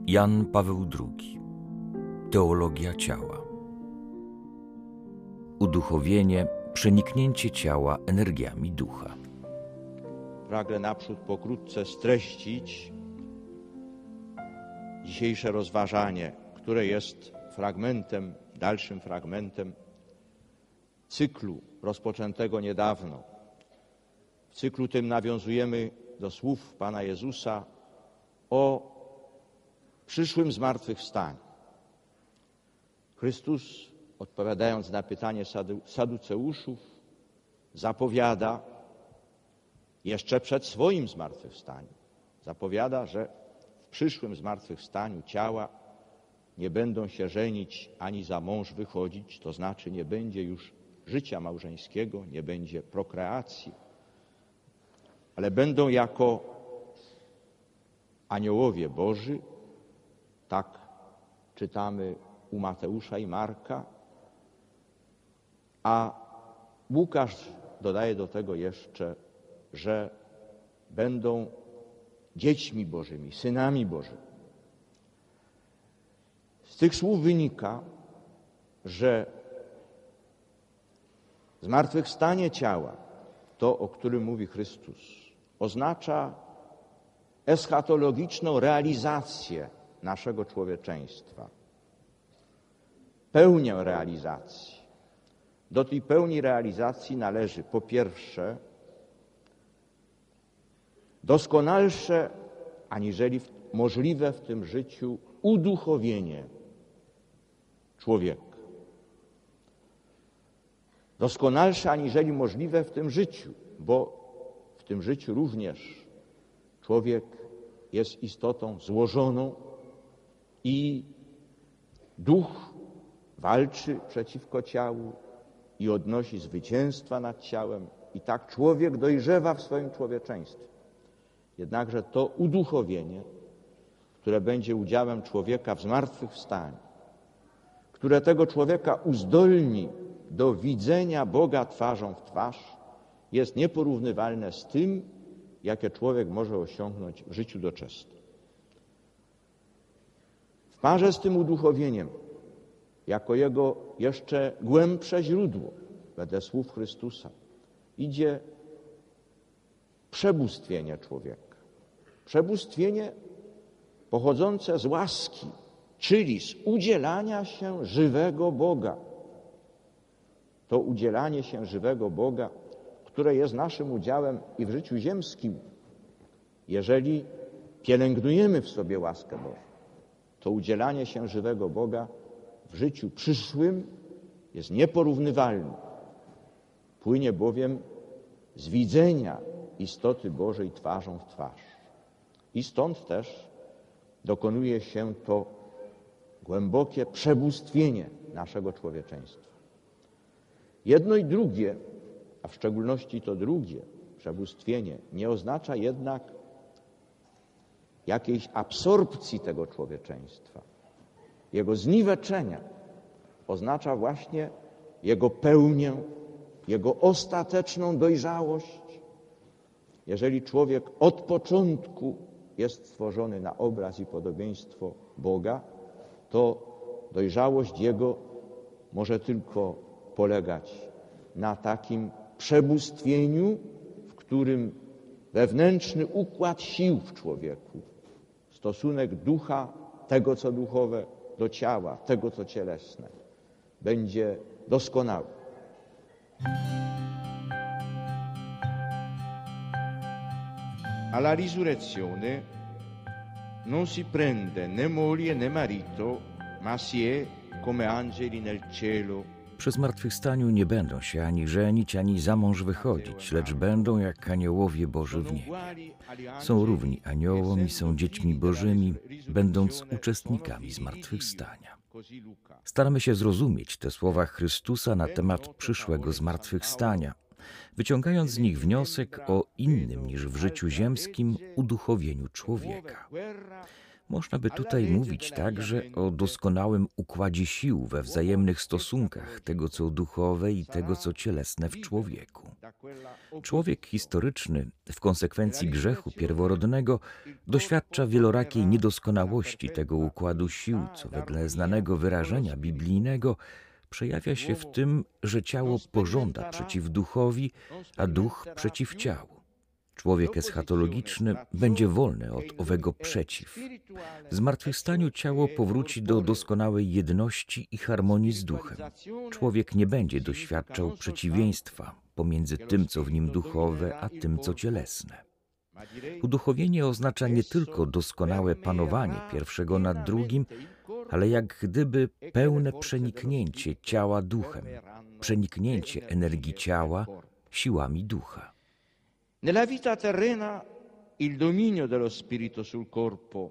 Jan Paweł II. Teologia ciała. Uduchowienie, przeniknięcie ciała energiami ducha. Pragnę naprzód pokrótce streścić dzisiejsze rozważanie, które jest dalszym fragmentem cyklu rozpoczętego niedawno. W cyklu tym nawiązujemy do słów Pana Jezusa o przyszłym zmartwychwstaniu. Chrystus, odpowiadając na pytanie Saduceuszów, zapowiada jeszcze przed swoim zmartwychwstaniem, zapowiada, że w przyszłym zmartwychwstaniu ciała nie będą się żenić ani za mąż wychodzić, to znaczy nie będzie już życia małżeńskiego, nie będzie prokreacji, ale będą jako aniołowie Boży, tak czytamy u Mateusza i Marka, a Łukasz dodaje do tego jeszcze, że będą dziećmi Bożymi, synami Bożymi. Z tych słów wynika, że zmartwychwstanie ciała, to o którym mówi Chrystus, oznacza eschatologiczną realizację naszego człowieczeństwa. Pełnię realizacji. Do tej pełni realizacji należy po pierwsze doskonalsze, aniżeli możliwe w tym życiu, uduchowienie człowieka. Doskonalsze, aniżeli możliwe w tym życiu, bo w tym życiu również człowiek jest istotą złożoną i duch walczy przeciwko ciału i odnosi zwycięstwa nad ciałem. I tak człowiek dojrzewa w swoim człowieczeństwie. Jednakże to uduchowienie, które będzie udziałem człowieka w zmartwychwstaniu, które tego człowieka uzdolni do widzenia Boga twarzą w twarz, jest nieporównywalne z tym, jakie człowiek może osiągnąć w życiu doczesnym. W parze z tym uduchowieniem, jako jego jeszcze głębsze źródło, wedle słów Chrystusa, idzie przebóstwienie człowieka. Przebóstwienie pochodzące z łaski, czyli z udzielania się żywego Boga. To udzielanie się żywego Boga, które jest naszym udziałem i w życiu ziemskim. Jeżeli pielęgnujemy w sobie łaskę Bożą, to udzielanie się żywego Boga w życiu przyszłym jest nieporównywalne. Płynie bowiem z widzenia istoty Bożej twarzą w twarz. I stąd też dokonuje się to głębokie przebóstwienie naszego człowieczeństwa. Jedno i drugie, a w szczególności to drugie, przebóstwienie, nie oznacza jednak jakiejś absorpcji tego człowieczeństwa, jego zniweczenia. Oznacza właśnie jego pełnię, jego ostateczną dojrzałość. Jeżeli człowiek od początku jest stworzony na obraz i podobieństwo Boga, to dojrzałość jego może tylko polegać na takim przebóstwieniu, w którym wewnętrzny układ sił w człowieku, stosunek ducha, tego co duchowe, do ciała, tego co cielesne, będzie doskonały. Alla risurrezione non si prende né moglie né marito, ma si è come angeli nel cielo. Przy zmartwychwstaniu nie będą się ani żenić, ani za mąż wychodzić, lecz będą jak aniołowie Boży w niebie. Są równi aniołom i są dziećmi Bożymi, będąc uczestnikami zmartwychwstania. Staramy się zrozumieć te słowa Chrystusa na temat przyszłego zmartwychwstania, wyciągając z nich wniosek o innym niż w życiu ziemskim uduchowieniu człowieka. Można by tutaj mówić także o doskonałym układzie sił we wzajemnych stosunkach tego, co duchowe i tego, co cielesne w człowieku. Człowiek historyczny, w konsekwencji grzechu pierworodnego, doświadcza wielorakiej niedoskonałości tego układu sił, co wedle znanego wyrażenia biblijnego przejawia się w tym, że ciało pożąda przeciw duchowi, a duch przeciw ciału. Człowiek eschatologiczny będzie wolny od owego przeciw. W zmartwychwstaniu ciało powróci do doskonałej jedności i harmonii z duchem. Człowiek nie będzie doświadczał przeciwieństwa pomiędzy tym, co w nim duchowe, a tym, co cielesne. Uduchowienie oznacza nie tylko doskonałe panowanie pierwszego nad drugim, ale jak gdyby pełne przeniknięcie ciała duchem, przeniknięcie energii ciała siłami ducha. Nella vita terrena il dominio dello spirito sul corpo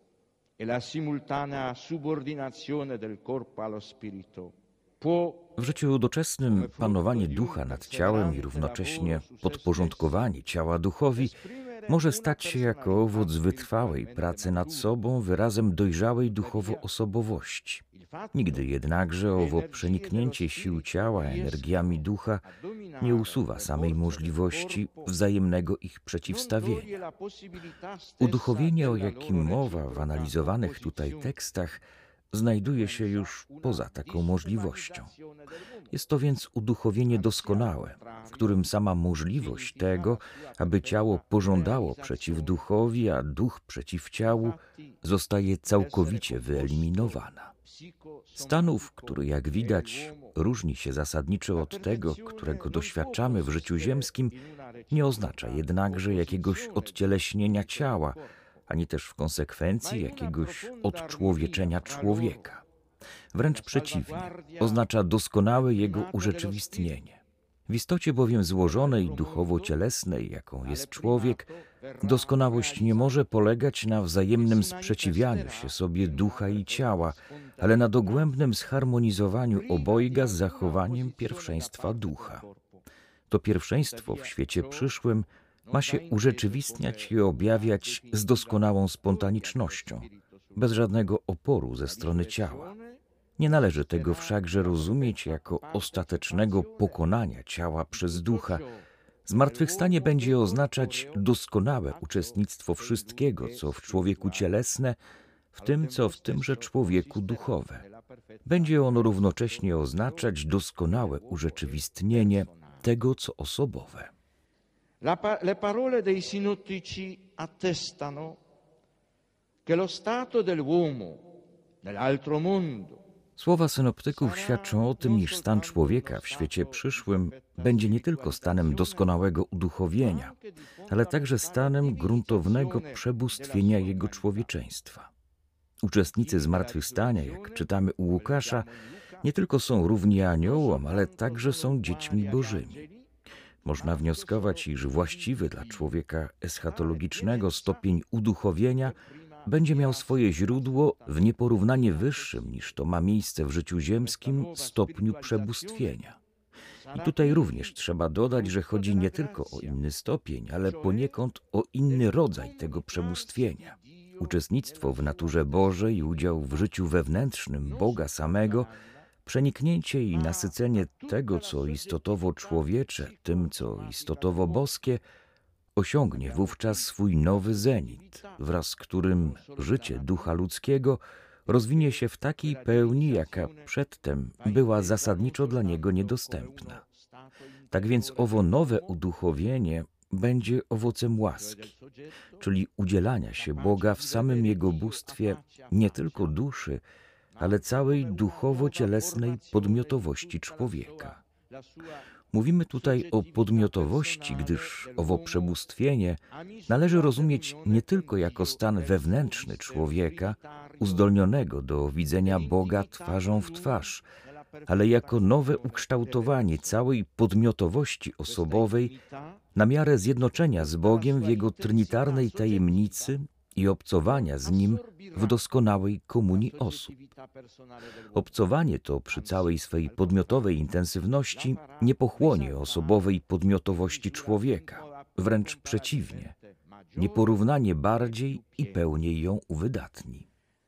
e la simultanea subordinazione del corpo allo spirito può. W życiu doczesnym panowanie ducha nad ciałem i równocześnie podporządkowanie ciała duchowi może stać się jako owoc wytrwałej pracy nad sobą wyrazem dojrzałej duchowo osobowości. Nigdy jednakże owo przeniknięcie sił ciała energiami ducha nie usuwa samej możliwości wzajemnego ich przeciwstawienia. Uduchowienie, o jakim mowa w analizowanych tutaj tekstach, znajduje się już poza taką możliwością. Jest to więc uduchowienie doskonałe, w którym sama możliwość tego, aby ciało pożądało przeciw duchowi, a duch przeciw ciału, zostaje całkowicie wyeliminowana. Stanów, który jak widać różni się zasadniczo od tego, którego doświadczamy w życiu ziemskim, nie oznacza jednakże jakiegoś odcieleśnienia ciała, ani też w konsekwencji jakiegoś odczłowieczenia człowieka. Wręcz przeciwnie, oznacza doskonałe jego urzeczywistnienie. W istocie bowiem złożonej duchowo-cielesnej, jaką jest człowiek, doskonałość nie może polegać na wzajemnym sprzeciwianiu się sobie ducha i ciała, ale na dogłębnym zharmonizowaniu obojga z zachowaniem pierwszeństwa ducha. To pierwszeństwo w świecie przyszłym ma się urzeczywistniać i objawiać z doskonałą spontanicznością, bez żadnego oporu ze strony ciała. Nie należy tego wszakże rozumieć jako ostatecznego pokonania ciała przez ducha. Zmartwychwstanie będzie oznaczać doskonałe uczestnictwo wszystkiego, co w człowieku cielesne, w tym, co w tymże człowieku duchowe. Będzie ono równocześnie oznaczać doskonałe urzeczywistnienie tego, co osobowe. Le parole dei sinottici attestano che lo stato dell'uomo nell'altro mondo. Słowa synoptyków świadczą o tym, iż stan człowieka w świecie przyszłym będzie nie tylko stanem doskonałego uduchowienia, ale także stanem gruntownego przebóstwienia jego człowieczeństwa. Uczestnicy zmartwychwstania, jak czytamy u Łukasza, nie tylko są równi aniołom, ale także są dziećmi bożymi. Można wnioskować, iż właściwy dla człowieka eschatologicznego stopień uduchowienia będzie miał swoje źródło w nieporównanie wyższym niż to ma miejsce w życiu ziemskim stopniu przebóstwienia. I tutaj również trzeba dodać, że chodzi nie tylko o inny stopień, ale poniekąd o inny rodzaj tego przebóstwienia. Uczestnictwo w naturze Bożej i udział w życiu wewnętrznym Boga samego, przeniknięcie i nasycenie tego, co istotowo człowiecze, tym, co istotowo boskie, osiągnie wówczas swój nowy zenit, wraz z którym życie ducha ludzkiego rozwinie się w takiej pełni, jaka przedtem była zasadniczo dla niego niedostępna. Tak więc owo nowe uduchowienie będzie owocem łaski, czyli udzielania się Boga w samym Jego bóstwie nie tylko duszy, ale całej duchowo-cielesnej podmiotowości człowieka. Mówimy tutaj o podmiotowości, gdyż owo przebóstwienie należy rozumieć nie tylko jako stan wewnętrzny człowieka, uzdolnionego do widzenia Boga twarzą w twarz, ale jako nowe ukształtowanie całej podmiotowości osobowej na miarę zjednoczenia z Bogiem w Jego trinitarnej tajemnicy i obcowania z Nim w doskonałej komunii osób. Obcowanie to przy całej swej podmiotowej intensywności nie pochłonie osobowej podmiotowości człowieka, wręcz przeciwnie. nieporównanie bardziej i pełniej ją uwydatni.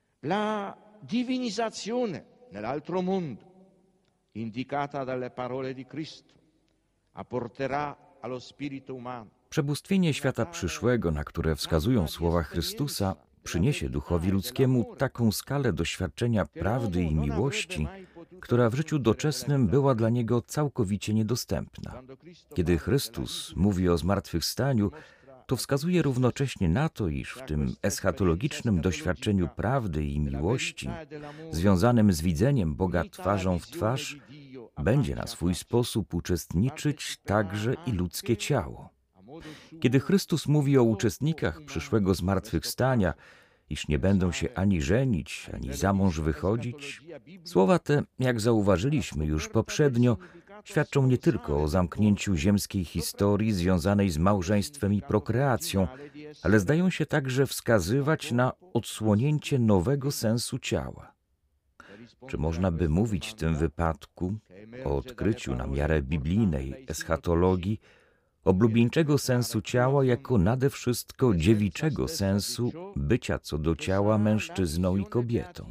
La divinizzazione nell'altro mondo, indicata dalle parole di Cristo, apporterà allo spirito umano. Przebóstwienie świata przyszłego, na które wskazują słowa Chrystusa, przyniesie duchowi ludzkiemu taką skalę doświadczenia prawdy i miłości, która w życiu doczesnym była dla niego całkowicie niedostępna. Kiedy Chrystus mówi o zmartwychwstaniu, to wskazuje równocześnie na to, iż w tym eschatologicznym doświadczeniu prawdy i miłości, związanym z widzeniem Boga twarzą w twarz, będzie na swój sposób uczestniczyć także i ludzkie ciało. Kiedy Chrystus mówi o uczestnikach przyszłego zmartwychwstania, iż nie będą się ani żenić, ani za mąż wychodzić, słowa te, jak zauważyliśmy już poprzednio, świadczą nie tylko o zamknięciu ziemskiej historii związanej z małżeństwem i prokreacją, ale zdają się także wskazywać na odsłonięcie nowego sensu ciała. Czy można by mówić w tym wypadku o odkryciu na miarę biblijnej eschatologii oblubieńczego sensu ciała jako nade wszystko dziewiczego sensu bycia co do ciała mężczyzną i kobietą?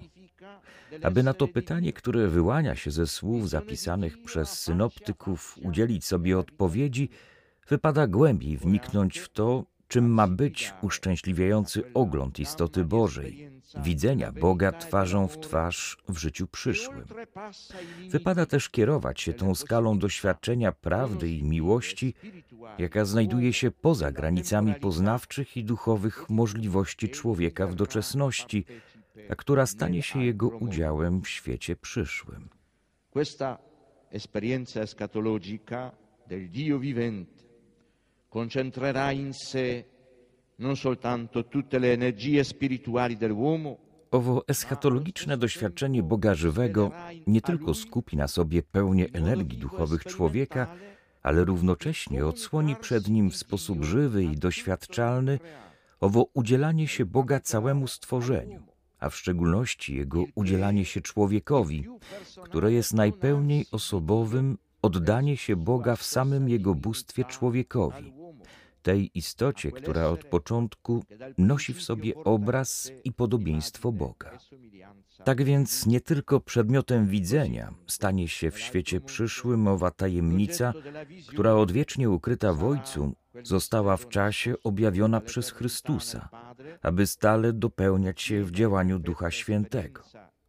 Aby na to pytanie, które wyłania się ze słów zapisanych przez synoptyków, udzielić sobie odpowiedzi, wypada głębiej wniknąć w to, czym ma być uszczęśliwiający ogląd istoty Bożej, widzenia Boga twarzą w twarz w życiu przyszłym. Wypada też kierować się tą skalą doświadczenia prawdy i miłości, jaka znajduje się poza granicami poznawczych i duchowych możliwości człowieka w doczesności, a która stanie się jego udziałem w świecie przyszłym. Questa esperienza eschatologica del Dio vivente concentrerà in sé non soltanto tutte le energie spirituali dell'uomo. Owo eschatologiczne doświadczenie Boga żywego nie tylko skupi na sobie pełnię energii duchowych człowieka, ale równocześnie odsłoni przed nim w sposób żywy i doświadczalny owo udzielanie się Boga całemu stworzeniu, a w szczególności Jego udzielanie się człowiekowi, które jest najpełniej osobowym oddanie się Boga w samym Jego bóstwie człowiekowi, tej istocie, która od początku nosi w sobie obraz i podobieństwo Boga. Tak więc nie tylko przedmiotem widzenia stanie się w świecie przyszłym owa tajemnica, która odwiecznie ukryta w Ojcu została w czasie objawiona przez Chrystusa, aby stale dopełniać się w działaniu Ducha Świętego.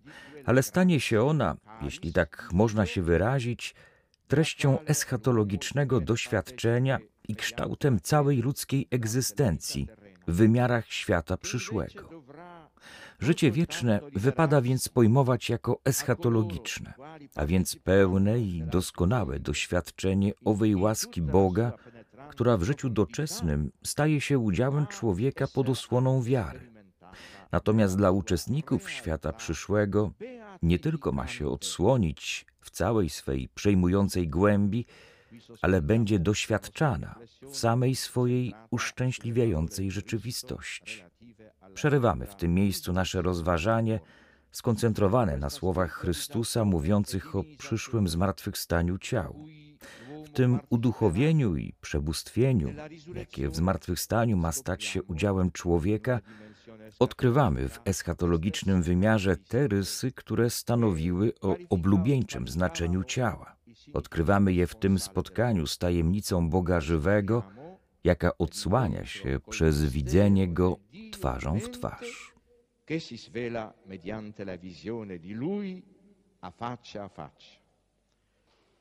Ale stanie się ona, jeśli tak można się wyrazić, treścią eschatologicznego doświadczenia i kształtem całej ludzkiej egzystencji w wymiarach świata przyszłego. Życie wieczne wypada więc pojmować jako eschatologiczne, a więc pełne i doskonałe doświadczenie owej łaski Boga, która w życiu doczesnym staje się udziałem człowieka pod osłoną wiary. Natomiast dla uczestników świata przyszłego nie tylko ma się odsłonić w całej swej przejmującej głębi, ale będzie doświadczana w samej swojej uszczęśliwiającej rzeczywistości. Przerywamy w tym miejscu nasze rozważanie, skoncentrowane na słowach Chrystusa mówiących o przyszłym zmartwychwstaniu ciał. W tym uduchowieniu i przebóstwieniu, jakie w zmartwychwstaniu ma stać się udziałem człowieka, odkrywamy w eschatologicznym wymiarze te rysy, które stanowiły o oblubieńczym znaczeniu ciała. Odkrywamy je w tym spotkaniu z tajemnicą Boga żywego, jaka odsłania się przez widzenie Go twarzą w twarz. Che si svela mediante la visione di Lui a faccia a faccia.